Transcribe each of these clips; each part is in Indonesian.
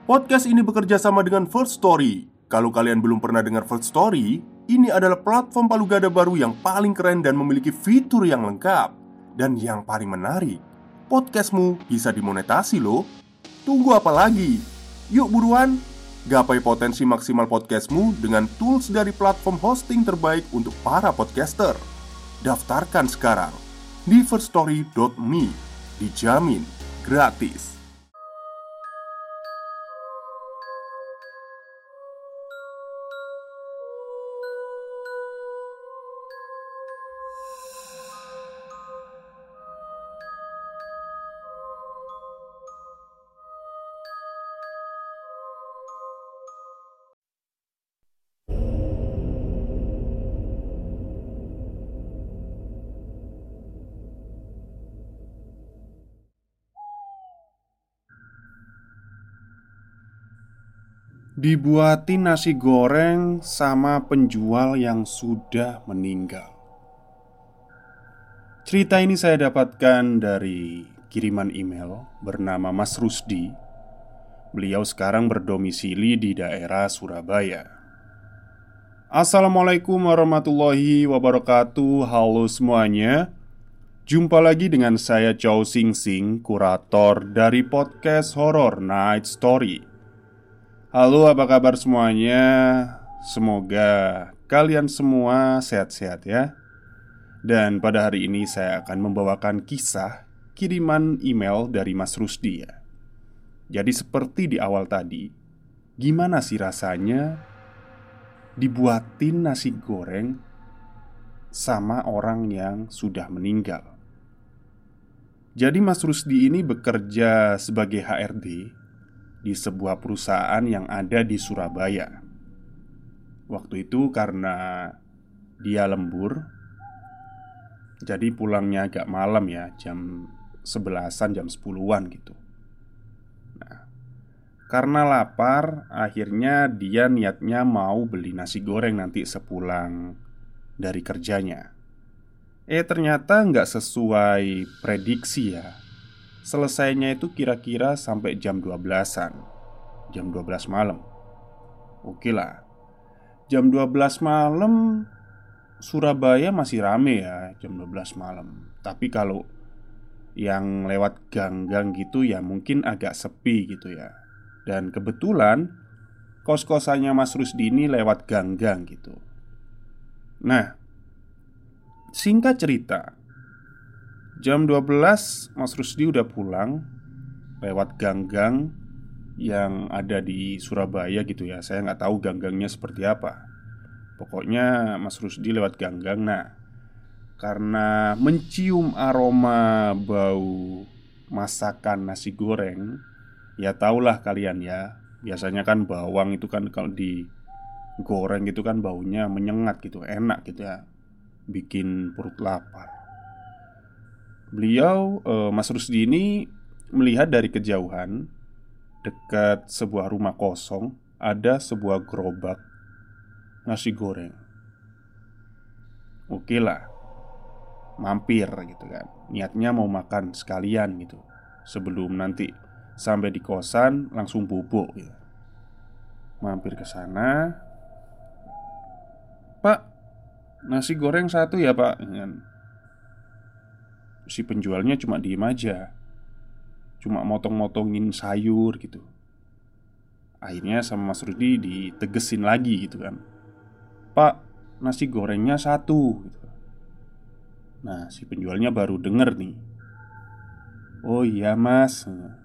Podcast ini bekerja sama dengan First Story. Kalau kalian belum pernah dengar First Story, ini adalah platform palu gada baru yang paling keren dan memiliki fitur yang lengkap. Dan yang paling menarik, podcastmu bisa dimonetasi loh. Tunggu apa lagi? Yuk buruan, gapai potensi maksimal podcastmu dengan tools dari platform hosting terbaik untuk para podcaster. Daftarkan sekarang di firststory.me. Dijamin gratis. Dibuatin nasi goreng sama penjual yang sudah meninggal. Cerita ini saya dapatkan dari kiriman email bernama Mas Rusdi. Beliau sekarang berdomisili di daerah Surabaya. Assalamualaikum warahmatullahi wabarakatuh. Halo semuanya. Jumpa lagi dengan saya Chow Sing Sing, kurator dari podcast Horror Night Story. Halo, apa kabar semuanya? Semoga kalian semua sehat-sehat ya. Dan pada hari ini saya akan membawakan kisah kiriman email dari Mas Rusdi ya. Jadi seperti di awal tadi, gimana sih rasanya dibuatin nasi goreng sama orang yang sudah meninggal? Jadi Mas Rusdi ini bekerja sebagai HRD di sebuah perusahaan yang ada di Surabaya. Waktu itu karena dia lembur, jadi pulangnya agak malam ya, jam 11-an, jam 10-an gitu. Nah, karena lapar, akhirnya dia niatnya mau beli nasi goreng nanti sepulang dari kerjanya. Ternyata nggak sesuai prediksi ya. Selesainya itu kira-kira sampai jam 12-an, jam 12 malam. Oke lah, jam 12 malam Surabaya masih rame ya, jam 12 malam. Tapi kalau yang lewat gang-gang gitu ya mungkin agak sepi gitu ya. Dan kebetulan kos-kosannya Mas Rusdi ini lewat gang-gang gitu. Nah, singkat cerita, jam 12 Mas Rusdi udah pulang lewat gang-gang yang ada di Surabaya gitu ya. Saya nggak tahu gang-gangnya seperti apa. Pokoknya Mas Rusdi lewat gang-gang. Nah, karena mencium aroma bau masakan nasi goreng, ya tahulah kalian ya. Biasanya kan bawang itu kan kalau digoreng gitu kan baunya menyengat gitu, enak gitu ya, bikin perut lapar. Mas Rusdi ini melihat dari kejauhan, dekat sebuah rumah kosong, ada sebuah gerobak nasi goreng. Oke lah, mampir gitu kan. Niatnya mau makan sekalian gitu, sebelum nanti sampai di kosan langsung bubuk gitu. Mampir ke sana. "Pak, nasi goreng satu ya pak." Si penjualnya cuma diem aja, cuma motong-motongin sayur gitu. Akhirnya sama Mas Rudi ditegesin lagi gitu kan, "Pak, nasi gorengnya satu gitu." Nah, si penjualnya baru denger nih, "Oh iya mas,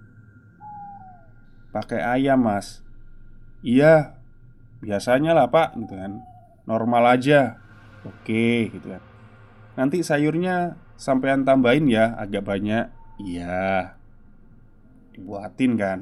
pakai ayam mas." "Iya, biasanya lah pak," gitu kan, "normal aja." "Oke," gitu kan, "nanti sayurnya sampean tambahin ya, agak banyak." "Iya." Dibuatin kan.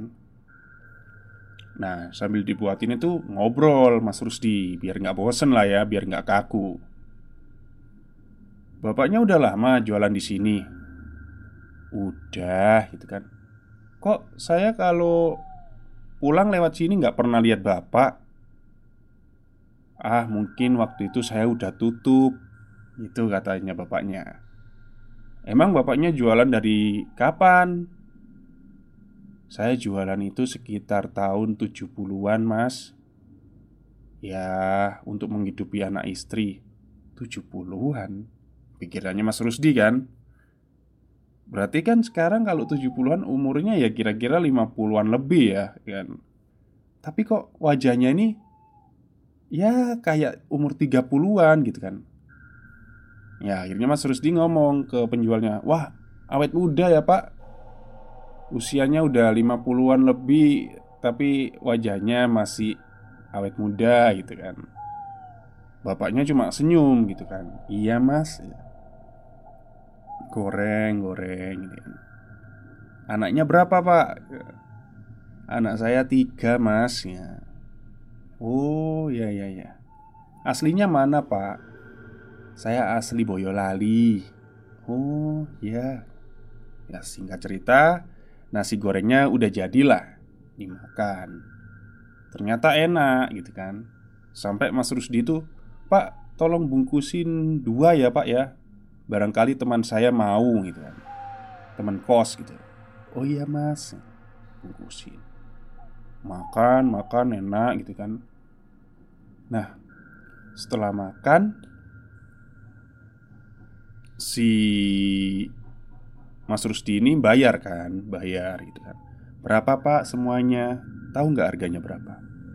Nah, sambil dibuatin itu ngobrol Mas Rusdi, biar nggak bosen lah ya, biar nggak kaku. "Bapaknya udah lama jualan di sini?" "Udah," gitu kan. "Kok saya kalau pulang lewat sini nggak pernah lihat bapak?" "Ah, mungkin waktu itu saya udah tutup." Itu katanya bapaknya. "Emang bapaknya jualan dari kapan?" Saya jualan itu sekitar tahun 70-an mas. Ya, untuk menghidupi anak istri. 70-an. Pikirannya Mas Rusdi kan. Berarti kan sekarang kalau 70-an umurnya ya kira-kira 50-an lebih ya kan. Tapi kok wajahnya ini ya kayak umur 30-an gitu kan. Ya akhirnya Mas Rusdi ngomong ke penjualnya, "Wah, awet muda ya pak. Usianya udah 50-an lebih, tapi wajahnya masih awet muda gitu kan." Bapaknya cuma senyum gitu kan. "Iya mas, goreng gitu kan. Anaknya berapa pak?" "Anak saya 3 mas ya." "Oh ya ya ya. Aslinya mana pak?" "Saya asli Boyolali." "Oh ya." Ya singkat cerita, nasi gorengnya udah jadilah dimakan. Ternyata enak gitu kan. Sampai Mas Rusdi itu, "Pak, tolong bungkusin 2 ya pak ya. Barangkali teman saya mau gitu kan. Teman kos gitu." "Oh iya mas." Bungkusin. Makan enak gitu kan. Nah, setelah makan, si Mas Rusdi ini bayar kan, bayar gitu kan. "Berapa pak semuanya?" Tahu nggak harganya berapa?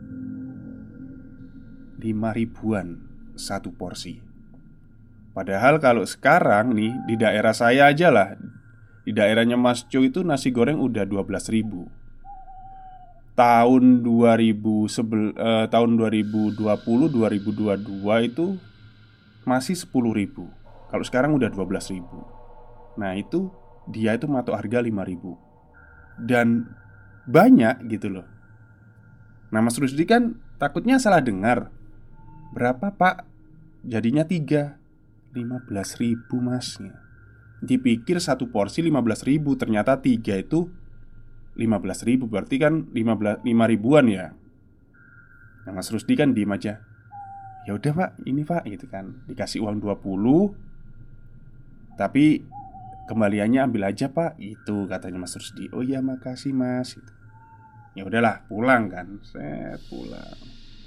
5 ribuan satu porsi. Padahal kalau sekarang nih di daerah saya aja lah, di daerahnya Mas Jo itu nasi goreng udah 12 ribu. Tahun 2020 2022 itu masih 10 ribu. Kalau sekarang udah 12 ribu. Nah itu dia itu matok harga 5 ribu. Dan banyak gitu loh. Nah Mas Rusdi kan takutnya salah dengar. "Berapa pak?" Jadinya 3. 15 ribu masnya. Dipikir satu porsi 15 ribu, ternyata 3 itu 15 ribu. Berarti kan 5 ribuan ya. Nah Mas Rusdi kan diem aja. "Ya udah pak, ini pak," gitu kan. Dikasih uang 20, tapi kembaliannya ambil aja pak, itu katanya Mas Rusdi. "Oh iya makasih mas," gitu. Ya udahlah, pulang kan. Pulang.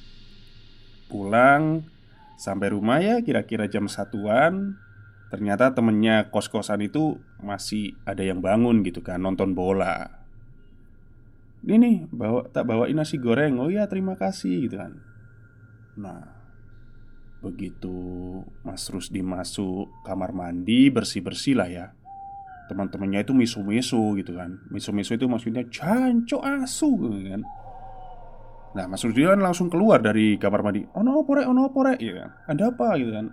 Pulang sampai rumah ya kira-kira jam 1-an. Ternyata temennya kos-kosan itu masih ada yang bangun gitu kan, nonton bola. "Ini nih, tak bawain nasi goreng." "Oh iya terima kasih," gitu kan. Nah, begitu Mas Rusdi masuk kamar mandi, bersih-bersih lah ya, teman-temannya itu misu-misu gitu kan. Misu-misu itu maksudnya jancuk asu gitu kan. Nah Mas Rusdi kan langsung keluar dari kamar mandi. Ono opo rek gitu kan. "Ada apa?" gitu kan.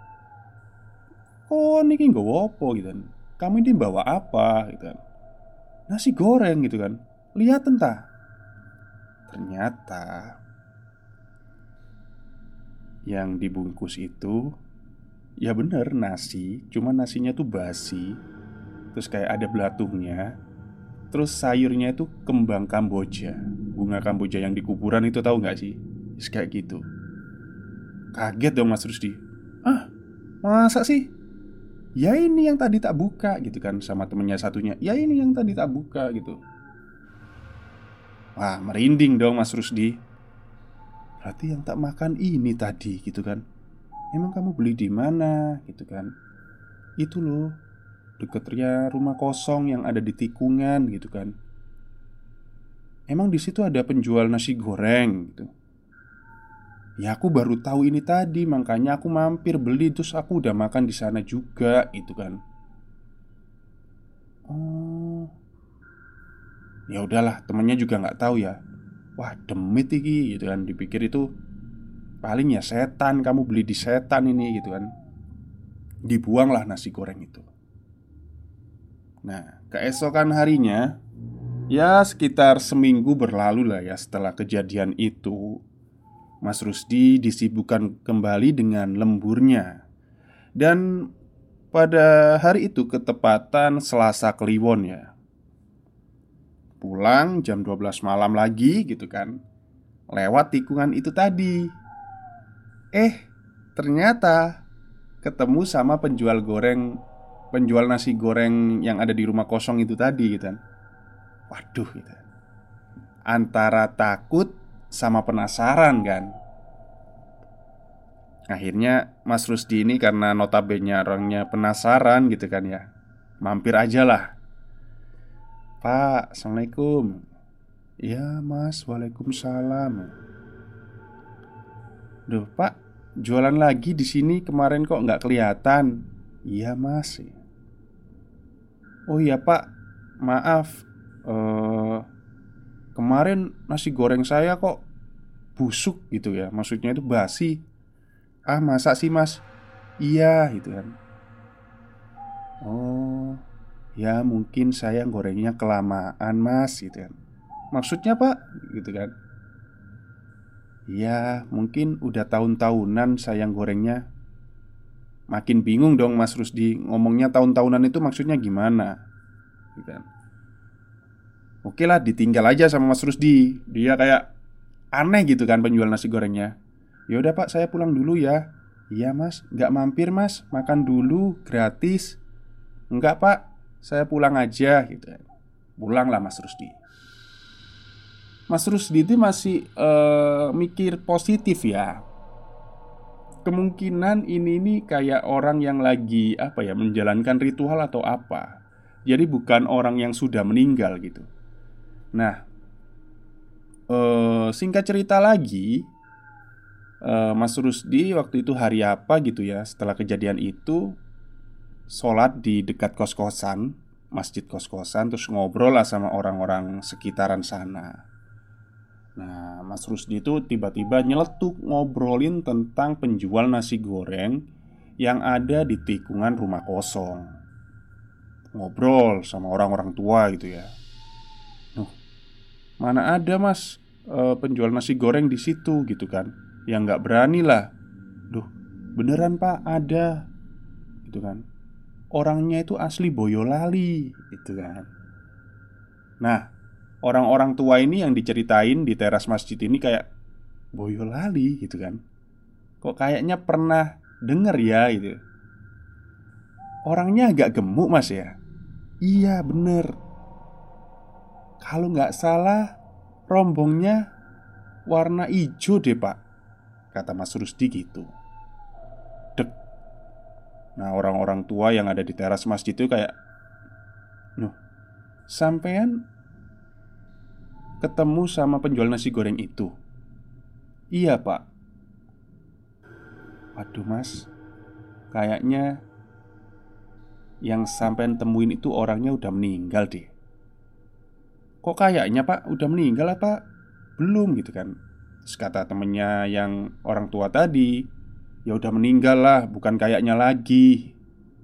"Oh niki nggawa apa?" gitu kan. "Kamu ini bawa apa?" gitu kan. "Nasi goreng," gitu kan. "Lihat entah." Ternyata yang dibungkus itu ya bener nasi, cuma nasinya tuh basi. Terus kayak ada belatungnya. Terus sayurnya itu kembang Kamboja. Bunga Kamboja yang di kuburan itu tahu nggak sih? Kayak gitu. Kaget dong Mas Rusdi. "Ah, masa sih?" "Ya ini yang tadi tak buka," gitu kan, sama temennya satunya. "Ya ini yang tadi tak buka," gitu. Wah merinding dong Mas Rusdi. "Berarti yang tak makan ini tadi," gitu kan. "Emang kamu beli di mana?" gitu kan. "Itu loh, deketnya rumah kosong yang ada di tikungan," gitu kan. "Emang di situ ada penjual nasi goreng?" gitu. "Ya aku baru tahu ini tadi, makanya aku mampir beli, terus aku udah makan di sana juga," gitu kan. "Oh, ya udahlah." Temennya juga nggak tahu ya. Wah demit iki gitu kan. Dipikir itu paling ya setan, kamu beli di setan ini gitu kan. Dibuanglah nasi goreng itu. Nah keesokan harinya, ya sekitar seminggu berlalu lah ya setelah kejadian itu, Mas Rusdi disibukkan kembali dengan lemburnya. Dan pada hari itu ketepatan Selasa Kliwon ya. Pulang jam 12 malam lagi gitu kan. Lewat tikungan itu tadi. Ternyata ketemu sama penjual nasi goreng yang ada di rumah kosong itu tadi gitu kan. Waduh gitu. antara takut sama penasaran kan. Akhirnya Mas Rusdi ini karena notabene orangnya penasaran gitu kan ya, mampir aja lah. "Pak, Assalamualaikum." "Iya Mas, Waalaikumsalam." "Duh Pak, jualan lagi di sini, kemarin kok nggak kelihatan?" "Iya Mas." "Oh iya Pak, maaf, eh, kemarin nasi goreng saya kok busuk gitu ya, maksudnya itu basi." "Ah masa sih Mas?" "Iya gitu kan." "Oh ya mungkin saya gorengnya kelamaan Mas gitu kan." "Maksudnya Pak?" gitu kan. "Ya mungkin udah tahun-tahunan saya gorengnya." Makin bingung dong Mas Rusdi, ngomongnya tahun-tahunan itu maksudnya gimana gitu kan. Oke lah, ditinggal aja sama Mas Rusdi. Dia kayak aneh gitu kan penjual nasi gorengnya. "Ya udah Pak, saya pulang dulu ya." "Iya Mas, nggak mampir Mas, makan dulu, gratis." "Enggak Pak, saya pulang aja gitu kan." Pulang lah Mas Rusdi. Mas Rusdi itu masih mikir positif ya. Kemungkinan ini nih kayak orang yang lagi apa ya, menjalankan ritual atau apa. Jadi bukan orang yang sudah meninggal gitu. Nah, singkat cerita lagi, Mas Rusdi waktu itu hari apa gitu ya, setelah kejadian itu sholat di dekat kos-kosan, masjid kos-kosan, terus ngobrol lah sama orang-orang sekitaran sana. Nah, Mas Rusdi itu tiba-tiba nyeletuk ngobrolin tentang penjual nasi goreng yang ada di tikungan rumah kosong. Ngobrol sama orang-orang tua gitu ya. Nuh, mana ada Mas penjual nasi goreng di situ gitu kan. Ya nggak berani lah. Duh, beneran Pak ada gitu kan. Orangnya itu asli Boyolali gitu kan. Nah, orang-orang tua ini yang diceritain di teras masjid ini kayak, "Boyolali gitu kan. Kok kayaknya pernah denger ya gitu. Orangnya agak gemuk Mas ya?" "Iya bener. Kalau nggak salah rombongnya warna ijo deh Pak," kata Mas Rusdi gitu. Dek. Nah orang-orang tua yang ada di teras masjid itu kayak, "Nuh, sampean ketemu sama penjual nasi goreng itu?" "Iya Pak." "Waduh Mas, kayaknya yang sampean temuin itu orangnya udah meninggal deh." "Kok kayaknya Pak? Udah meninggal apa belum?" gitu kan. Terus kata temennya yang orang tua tadi, "Ya udah meninggal lah, bukan kayaknya lagi."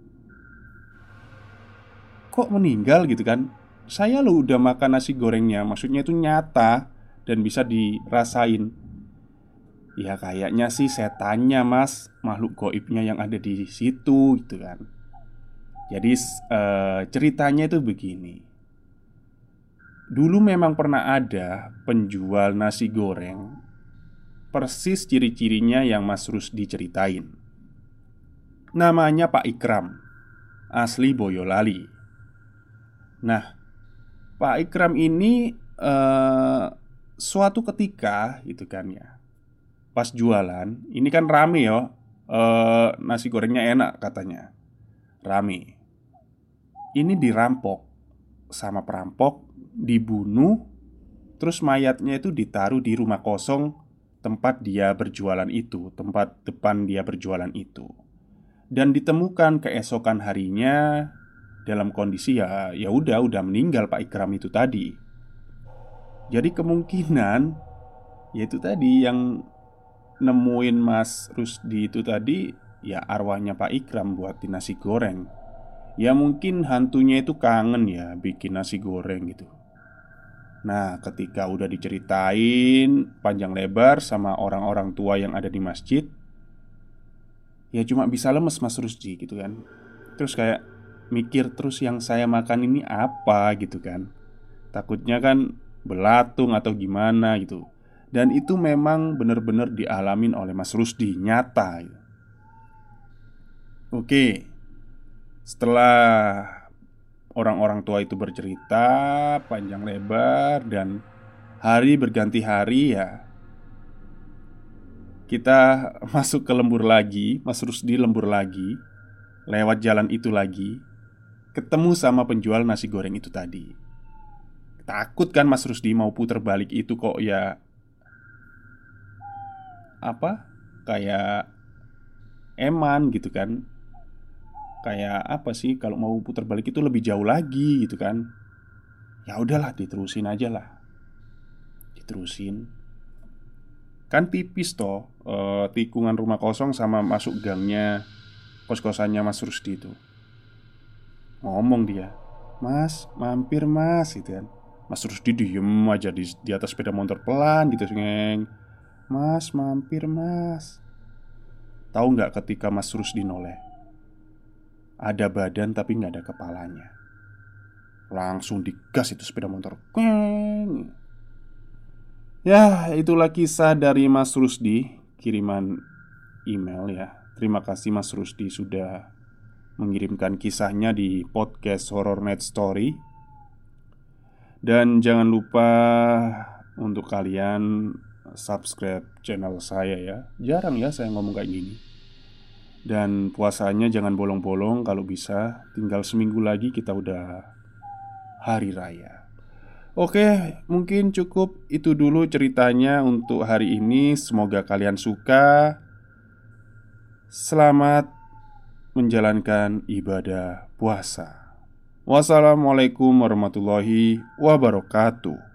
"Kok meninggal gitu kan? Saya lo udah makan nasi gorengnya, maksudnya itu nyata dan bisa dirasain." "Ya kayaknya sih setannya Mas, makhluk goibnya yang ada di situ gitu kan." Jadi ceritanya itu begini. Dulu memang pernah ada penjual nasi goreng, persis ciri-cirinya yang Mas Rusdi ceritain. Namanya Pak Ikram, asli Boyolali. Nah, Pak Ikram ini suatu ketika gitu kan ya, pas jualan, ini kan rame ya, nasi gorengnya enak katanya, rame. Ini dirampok sama perampok, dibunuh, terus mayatnya itu ditaruh di rumah kosong tempat dia berjualan itu, tempat depan dia berjualan itu. Dan ditemukan keesokan harinya dalam kondisi ya udah meninggal Pak Ikram itu tadi. Jadi kemungkinan yaitu tadi yang nemuin Mas Rusdi itu tadi ya arwahnya Pak Ikram buat di nasi goreng. Ya mungkin hantunya itu kangen ya bikin nasi goreng gitu. Nah, ketika udah diceritain panjang lebar sama orang-orang tua yang ada di masjid, ya cuma bisa lemes Mas Rusdi gitu kan. Terus kayak mikir terus yang saya makan ini apa gitu kan. Takutnya kan belatung atau gimana gitu. Dan itu memang benar-benar dialamin oleh Mas Rusdi, nyata gitu. Oke, setelah orang-orang tua itu bercerita panjang lebar dan Hari berganti hari ya, kita masuk ke lembur lagi. Mas Rusdi lembur lagi, lewat jalan itu lagi, ketemu sama penjual nasi goreng itu tadi. Takut kan Mas Rusdi mau puter balik itu kok ya, apa, kayak eman gitu kan. Kayak apa sih, kalau mau puter balik itu lebih jauh lagi gitu kan. Ya udahlah, diterusin aja lah. Diterusin. Kan tipis toh, tikungan rumah kosong sama masuk gangnya kos-kosannya Mas Rusdi itu. Ngomong dia, "Mas, mampir mas," gitu kan. Mas Rusdi diem aja di atas sepeda motor pelan gitu, ngeng. "Mas, mampir mas." Tahu nggak ketika Mas Rusdi noleh, ada badan tapi nggak ada kepalanya. Langsung digas itu sepeda motor. Keng. Ya, itulah kisah dari Mas Rusdi, kiriman email ya. Terima kasih Mas Rusdi sudah mengirimkan kisahnya di podcast Horror Night Story. Dan jangan lupa untuk kalian subscribe channel saya ya. Jarang ya saya ngomong kayak gini. Dan puasanya jangan bolong-bolong, kalau bisa tinggal seminggu lagi kita udah hari raya. Oke, mungkin cukup itu dulu ceritanya untuk hari ini. Semoga kalian suka. Selamat menjalankan ibadah puasa. Wassalamualaikum warahmatullahi wabarakatuh.